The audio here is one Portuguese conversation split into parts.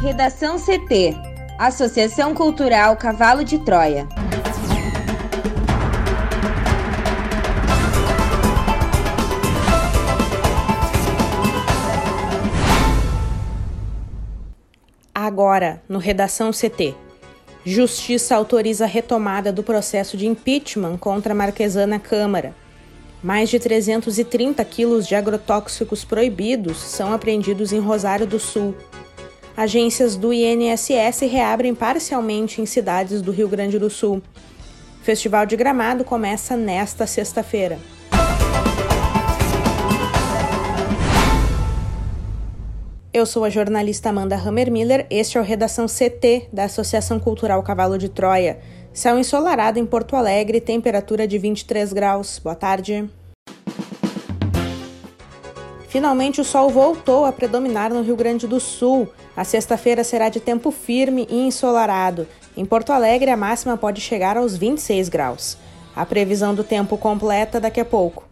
Redação CT, Associação Cultural Cavalo de Troia. Agora, no Redação CT. Justiça autoriza a retomada do processo de impeachment contra a Marquesan na Câmara. Mais de 330 quilos de agrotóxicos proibidos são apreendidos em Rosário do Sul. Agências do INSS reabrem parcialmente em cidades do Rio Grande do Sul. Festival de Gramado começa nesta sexta-feira. Eu sou a jornalista Amanda Hammermiller, este é o Redação CT da Associação Cultural Cavalo de Troia. Céu ensolarado em Porto Alegre, temperatura de 23 graus. Boa tarde. Finalmente o sol voltou a predominar no Rio Grande do Sul. A sexta-feira será de tempo firme e ensolarado. Em Porto Alegre, a máxima pode chegar aos 26 graus. A previsão do tempo completa daqui a pouco.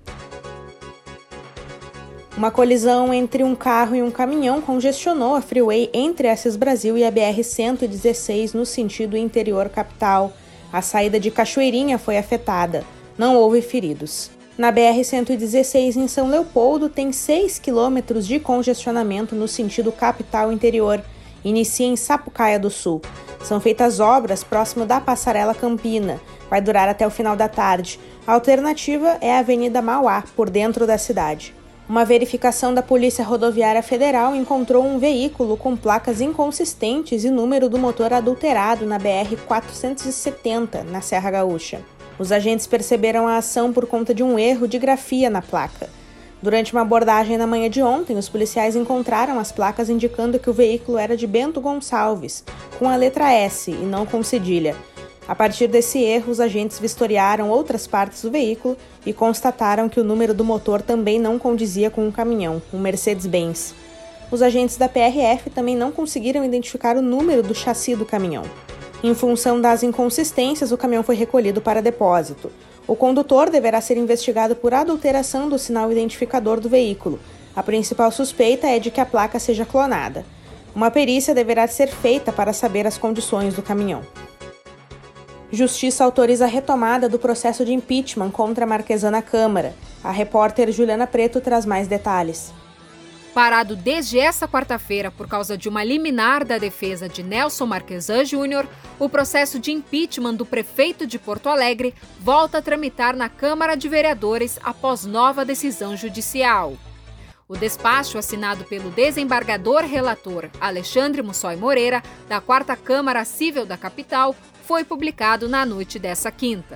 Uma colisão entre um carro e um caminhão congestionou a freeway entre Assis Brasil e a BR-116 no sentido interior capital. A saída de Cachoeirinha foi afetada. Não houve feridos. Na BR-116, em São Leopoldo, tem 6 quilômetros de congestionamento no sentido capital interior. Inicia em Sapucaia do Sul. São feitas obras próximo da Passarela Campina. Vai durar até o final da tarde. A alternativa é a Avenida Mauá, por dentro da cidade. Uma verificação da Polícia Rodoviária Federal encontrou um veículo com placas inconsistentes e número do motor adulterado na BR-470, na Serra Gaúcha. Os agentes perceberam a ação por conta de um erro de grafia na placa. Durante uma abordagem na manhã de ontem, os policiais encontraram as placas indicando que o veículo era de Bento Gonçalves, com a letra S e não com cedilha. A partir desse erro, os agentes vistoriaram outras partes do veículo e constataram que o número do motor também não condizia com um caminhão, um Mercedes-Benz. Os agentes da PRF também não conseguiram identificar o número do chassi do caminhão. Em função das inconsistências, o caminhão foi recolhido para depósito. O condutor deverá ser investigado por adulteração do sinal identificador do veículo. A principal suspeita é de que a placa seja clonada. Uma perícia deverá ser feita para saber as condições do caminhão. Justiça autoriza a retomada do processo de impeachment contra a Marquesan na Câmara. A repórter Juliana Preto traz mais detalhes. Parado desde esta quarta-feira por causa de uma liminar da defesa de Nelson Marquesan Júnior, o processo de impeachment do prefeito de Porto Alegre volta a tramitar na Câmara de Vereadores após nova decisão judicial. O despacho, assinado pelo desembargador relator Alexandre Mussói Moreira, da 4ª Câmara Cível da capital, foi publicado na noite dessa quinta.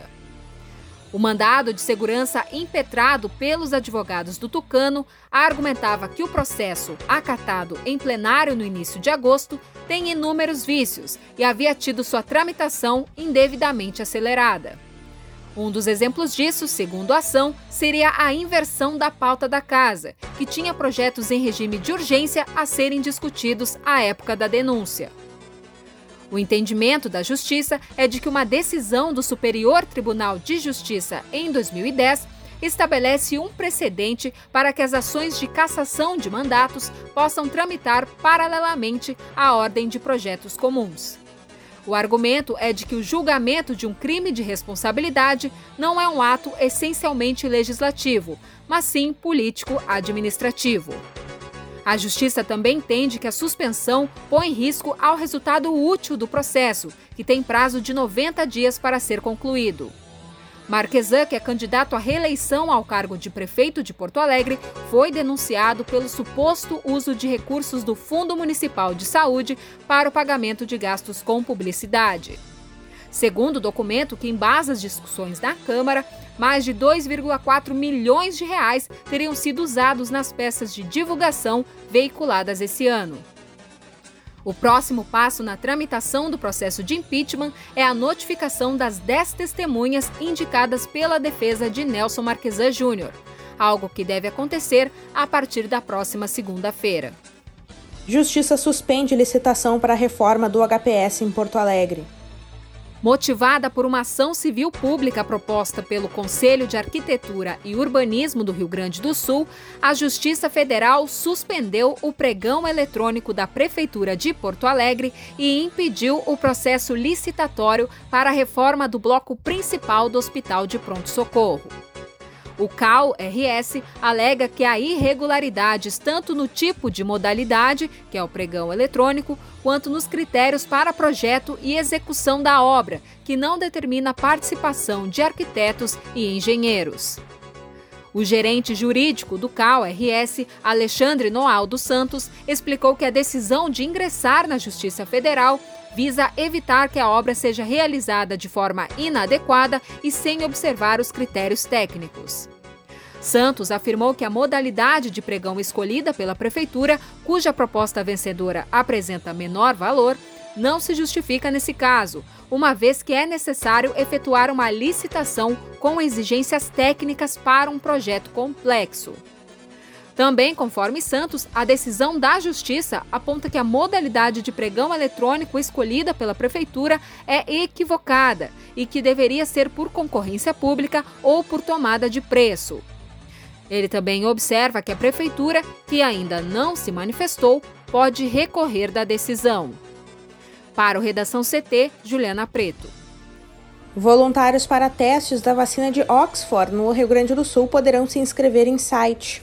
O mandado de segurança impetrado pelos advogados do Tucano argumentava que o processo, acatado em plenário no início de agosto, tem inúmeros vícios e havia tido sua tramitação indevidamente acelerada. Um dos exemplos disso, segundo a ação, seria a inversão da pauta da casa, que tinha projetos em regime de urgência a serem discutidos à época da denúncia. O entendimento da Justiça é de que uma decisão do Superior Tribunal de Justiça em 2010 estabelece um precedente para que as ações de cassação de mandatos possam tramitar paralelamente à ordem de projetos comuns. O argumento é de que o julgamento de um crime de responsabilidade não é um ato essencialmente legislativo, mas sim político-administrativo. A Justiça também entende que a suspensão põe risco ao resultado útil do processo, que tem prazo de 90 dias para ser concluído. Marquesan, que é candidato à reeleição ao cargo de prefeito de Porto Alegre, foi denunciado pelo suposto uso de recursos do Fundo Municipal de Saúde para o pagamento de gastos com publicidade. Segundo o documento que embasa as discussões na Câmara, mais de 2,4 milhões de reais teriam sido usados nas peças de divulgação veiculadas esse ano. O próximo passo na tramitação do processo de impeachment é a notificação das 10 testemunhas indicadas pela defesa de Nelson Marquesan Júnior, algo que deve acontecer a partir da próxima segunda-feira. Justiça suspende licitação para a reforma do HPS em Porto Alegre. Motivada por uma ação civil pública proposta pelo Conselho de Arquitetura e Urbanismo do Rio Grande do Sul, a Justiça Federal suspendeu o pregão eletrônico da Prefeitura de Porto Alegre e impediu o processo licitatório para a reforma do bloco principal do Hospital de Pronto-Socorro. O CAU-RS alega que há irregularidades tanto no tipo de modalidade, que é o pregão eletrônico, quanto nos critérios para projeto e execução da obra, que não determina a participação de arquitetos e engenheiros. O gerente jurídico do CAU-RS, Alexandre Noal dos Santos, explicou que a decisão de ingressar na Justiça Federal visa evitar que a obra seja realizada de forma inadequada e sem observar os critérios técnicos. Santos afirmou que a modalidade de pregão escolhida pela Prefeitura, cuja proposta vencedora apresenta menor valor, não se justifica nesse caso, uma vez que é necessário efetuar uma licitação com exigências técnicas para um projeto complexo. Também, conforme Santos, a decisão da Justiça aponta que a modalidade de pregão eletrônico escolhida pela Prefeitura é equivocada e que deveria ser por concorrência pública ou por tomada de preço. Ele também observa que a Prefeitura, que ainda não se manifestou, pode recorrer da decisão. Para o Redação CT, Juliana Preto. Voluntários para testes da vacina de Oxford, no Rio Grande do Sul, poderão se inscrever em site.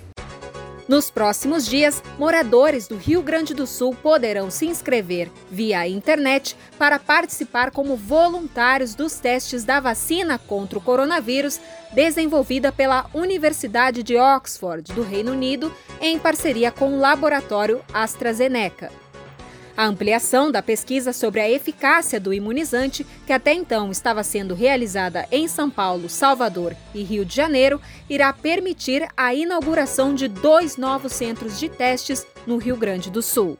Nos próximos dias, moradores do Rio Grande do Sul poderão se inscrever via internet para participar como voluntários dos testes da vacina contra o coronavírus desenvolvida pela Universidade de Oxford, do Reino Unido, em parceria com o laboratório AstraZeneca. A ampliação da pesquisa sobre a eficácia do imunizante, que até então estava sendo realizada em São Paulo, Salvador e Rio de Janeiro, irá permitir a inauguração de 2 novos centros de testes no Rio Grande do Sul.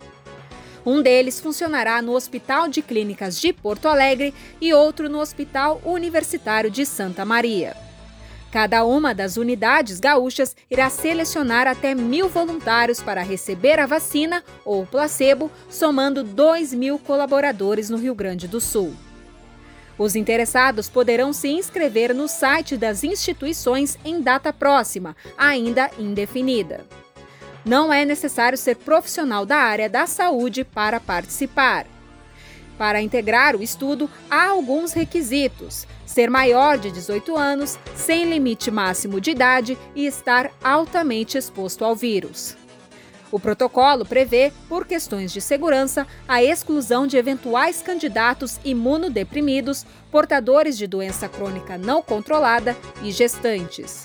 Um deles funcionará no Hospital de Clínicas de Porto Alegre e outro no Hospital Universitário de Santa Maria. Cada uma das unidades gaúchas irá selecionar até 1.000 voluntários para receber a vacina ou placebo, somando 2.000 colaboradores no Rio Grande do Sul. Os interessados poderão se inscrever no site das instituições em data próxima, ainda indefinida. Não é necessário ser profissional da área da saúde para participar. Para integrar o estudo, há alguns requisitos: ser maior de 18 anos, sem limite máximo de idade e estar altamente exposto ao vírus. O protocolo prevê, por questões de segurança, a exclusão de eventuais candidatos imunodeprimidos, portadores de doença crônica não controlada e gestantes.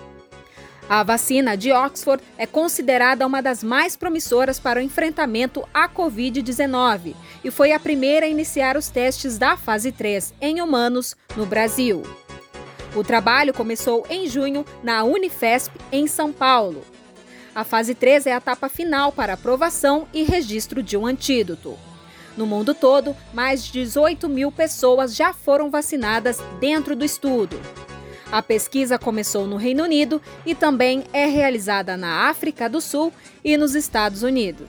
A vacina de Oxford é considerada uma das mais promissoras para o enfrentamento à Covid-19 e foi a primeira a iniciar os testes da fase 3 em humanos no Brasil. O trabalho começou em junho na Unifesp, em São Paulo. A fase 3 é a etapa final para aprovação e registro de um antídoto. No mundo todo, mais de 18.000 pessoas já foram vacinadas dentro do estudo. A pesquisa começou no Reino Unido e também é realizada na África do Sul e nos Estados Unidos.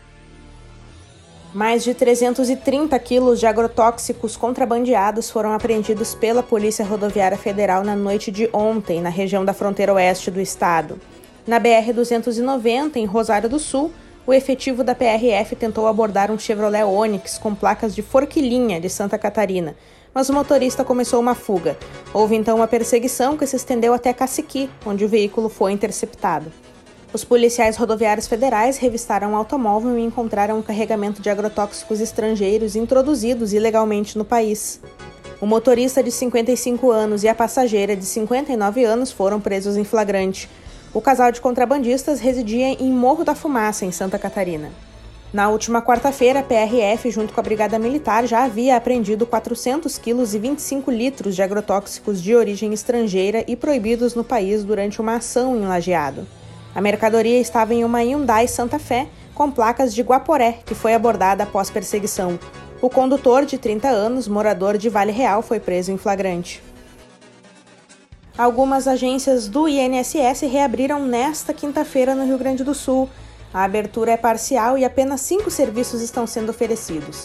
Mais de 330 quilos de agrotóxicos contrabandeados foram apreendidos pela Polícia Rodoviária Federal na noite de ontem, na região da fronteira oeste do estado. Na BR-290, em Rosário do Sul, o efetivo da PRF tentou abordar um Chevrolet Onix com placas de Forquilinha, de Santa Catarina, mas o motorista começou uma fuga. Houve então uma perseguição que se estendeu até Caciqui, onde o veículo foi interceptado. Os policiais rodoviários federais revistaram o automóvel e encontraram um carregamento de agrotóxicos estrangeiros introduzidos ilegalmente no país. O motorista de 55 anos e a passageira de 59 anos foram presos em flagrante. O casal de contrabandistas residia em Morro da Fumaça, em Santa Catarina. Na última quarta-feira, a PRF, junto com a Brigada Militar, já havia apreendido 400 quilos e 25 litros de agrotóxicos de origem estrangeira e proibidos no país durante uma ação em Lajeado. A mercadoria estava em uma Hyundai Santa Fé, com placas de Guaporé, que foi abordada após perseguição. O condutor, de 30 anos, morador de Vale Real, foi preso em flagrante. Algumas agências do INSS reabriram nesta quinta-feira no Rio Grande do Sul. A abertura é parcial e apenas 5 serviços estão sendo oferecidos.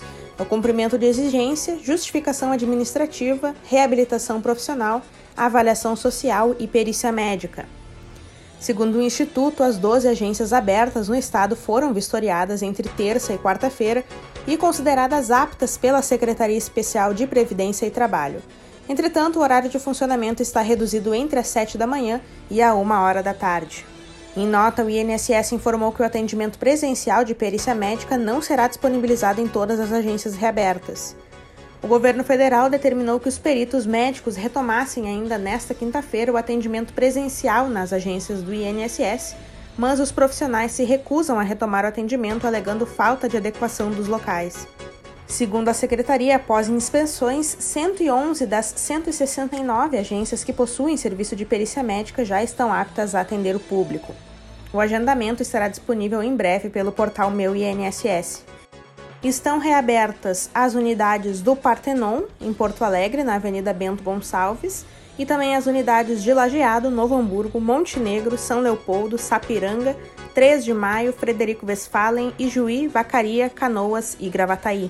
o cumprimento de exigência, justificação administrativa, reabilitação profissional, avaliação social e perícia médica. Segundo o Instituto, as 12 agências abertas no estado foram vistoriadas entre terça e quarta-feira e consideradas aptas pela Secretaria Especial de Previdência e Trabalho. Entretanto, o horário de funcionamento está reduzido entre as 7 da manhã e a 1h da tarde. Em nota, o INSS informou que o atendimento presencial de perícia médica não será disponibilizado em todas as agências reabertas. O governo federal determinou que os peritos médicos retomassem ainda nesta quinta-feira o atendimento presencial nas agências do INSS, mas os profissionais se recusam a retomar o atendimento alegando falta de adequação dos locais. Segundo a Secretaria, após inspeções, 111 das 169 agências que possuem serviço de perícia médica já estão aptas a atender o público. O agendamento estará disponível em breve pelo portal Meu INSS. Estão reabertas as unidades do Partenon, em Porto Alegre, na Avenida Bento Gonçalves, e também as unidades de Lajeado, Novo Hamburgo, Montenegro, São Leopoldo, Sapiranga, 3 de Maio, Frederico Westphalen, Ijuí, Vacaria, Canoas e Gravataí.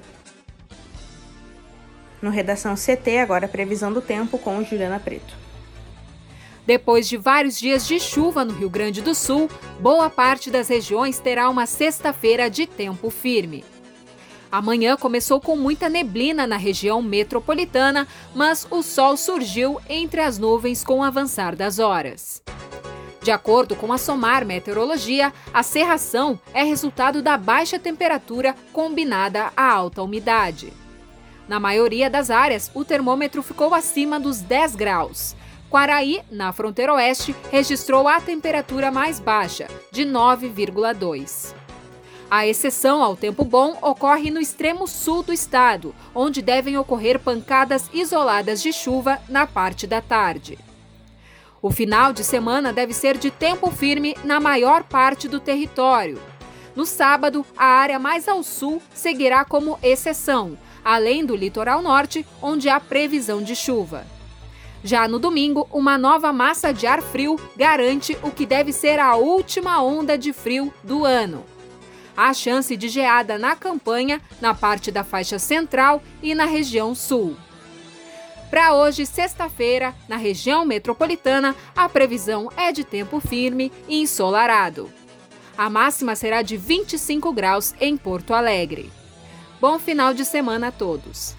No Redação CT, agora a previsão do tempo com Juliana Preto. Depois de vários dias de chuva no Rio Grande do Sul, boa parte das regiões terá uma sexta-feira de tempo firme. Amanhã começou com muita neblina na região metropolitana, mas o sol surgiu entre as nuvens com o avançar das horas. De acordo com a SOMAR Meteorologia, a cerração é resultado da baixa temperatura combinada à alta umidade. Na maioria das áreas, o termômetro ficou acima dos 10 graus. Quaraí, na fronteira oeste, registrou a temperatura mais baixa, de 9,2. A exceção ao tempo bom ocorre no extremo sul do estado, onde devem ocorrer pancadas isoladas de chuva na parte da tarde. O final de semana deve ser de tempo firme na maior parte do território. No sábado, a área mais ao sul seguirá como exceção, além do litoral norte, onde há previsão de chuva. Já no domingo, uma nova massa de ar frio garante o que deve ser a última onda de frio do ano. Há chance de geada na campanha, na parte da faixa central e na região sul. Para hoje, sexta-feira, na região metropolitana, a previsão é de tempo firme e ensolarado. A máxima será de 25 graus em Porto Alegre. Bom final de semana a todos!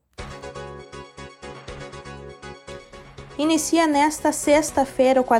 Inicia nesta sexta-feira o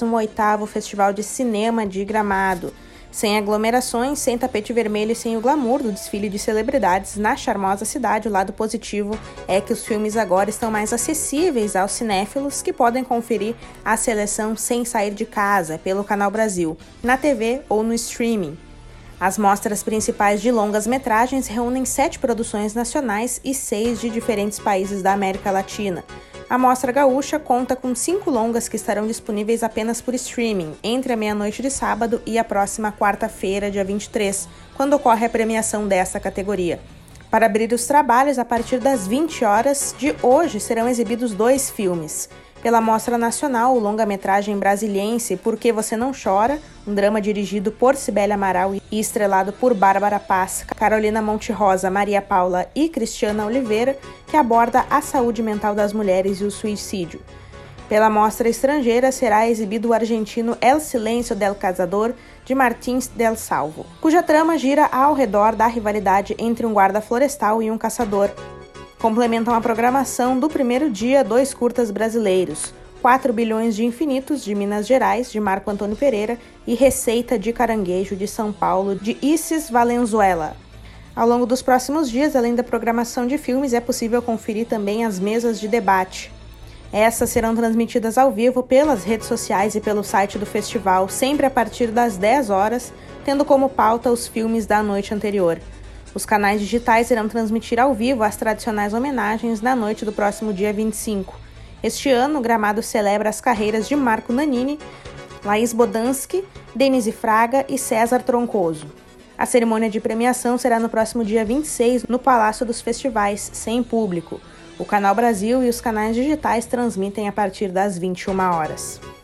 48º Festival de Cinema de Gramado. Sem aglomerações, sem tapete vermelho e sem o glamour do desfile de celebridades na charmosa cidade, o lado positivo é que os filmes agora estão mais acessíveis aos cinéfilos que podem conferir a seleção sem sair de casa pelo Canal Brasil, na TV ou no streaming. As mostras principais de longas-metragens reúnem 7 produções nacionais e 6 de diferentes países da América Latina. A Mostra Gaúcha conta com 5 longas que estarão disponíveis apenas por streaming, entre a meia-noite de sábado e a próxima quarta-feira, dia 23, quando ocorre a premiação dessa categoria. Para abrir os trabalhos, a partir das 20 horas de hoje serão exibidos 2 filmes. Pela Mostra Nacional, o longa-metragem brasiliense Por Que Você Não Chora, um drama dirigido por Cibele Amaral e estrelado por Bárbara Paz, Carolina Monterosa, Maria Paula e Cristiana Oliveira, que aborda a saúde mental das mulheres e o suicídio. Pela mostra estrangeira será exibido o argentino El Silencio del Cazador, de Martins del Salvo, cuja trama gira ao redor da rivalidade entre um guarda florestal e um caçador. Complementam a programação do primeiro dia 2 curtas brasileiros, 4 bilhões de infinitos, de Minas Gerais, de Marco Antônio Pereira, e Receita de Caranguejo, de São Paulo, de Isis Valenzuela. Ao longo dos próximos dias, além da programação de filmes, é possível conferir também as mesas de debate. Essas serão transmitidas ao vivo pelas redes sociais e pelo site do festival, sempre a partir das 10 horas, tendo como pauta os filmes da noite anterior. Os canais digitais irão transmitir ao vivo as tradicionais homenagens na noite do próximo dia 25. Este ano, Gramado celebra as carreiras de Marco Nanini, Laís Bodansky, Denise Fraga e César Troncoso. A cerimônia de premiação será no próximo dia 26, no Palácio dos Festivais, sem público. O Canal Brasil e os canais digitais transmitem a partir das 21 horas.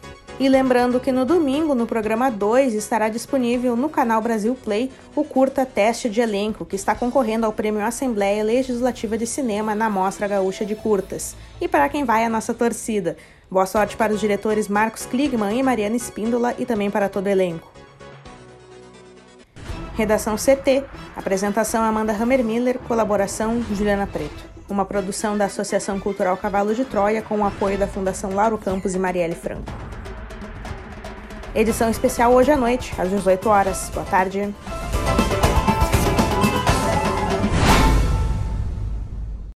E lembrando que no domingo, no programa 2, estará disponível no canal Brasil Play o curta Teste de Elenco, que está concorrendo ao Prêmio Assembleia Legislativa de Cinema na Mostra Gaúcha de Curtas. E para quem vai, a nossa torcida. Boa sorte para os diretores Marcos Kligman e Mariana Espíndola e também para todo o elenco. Redação CT, apresentação Amanda Hammermiller, colaboração Juliana Preto. Uma produção da Associação Cultural Cavalo de Troia com o apoio da Fundação Lauro Campos e Marielle Franco. Edição especial hoje à noite, às 18 horas. Boa tarde.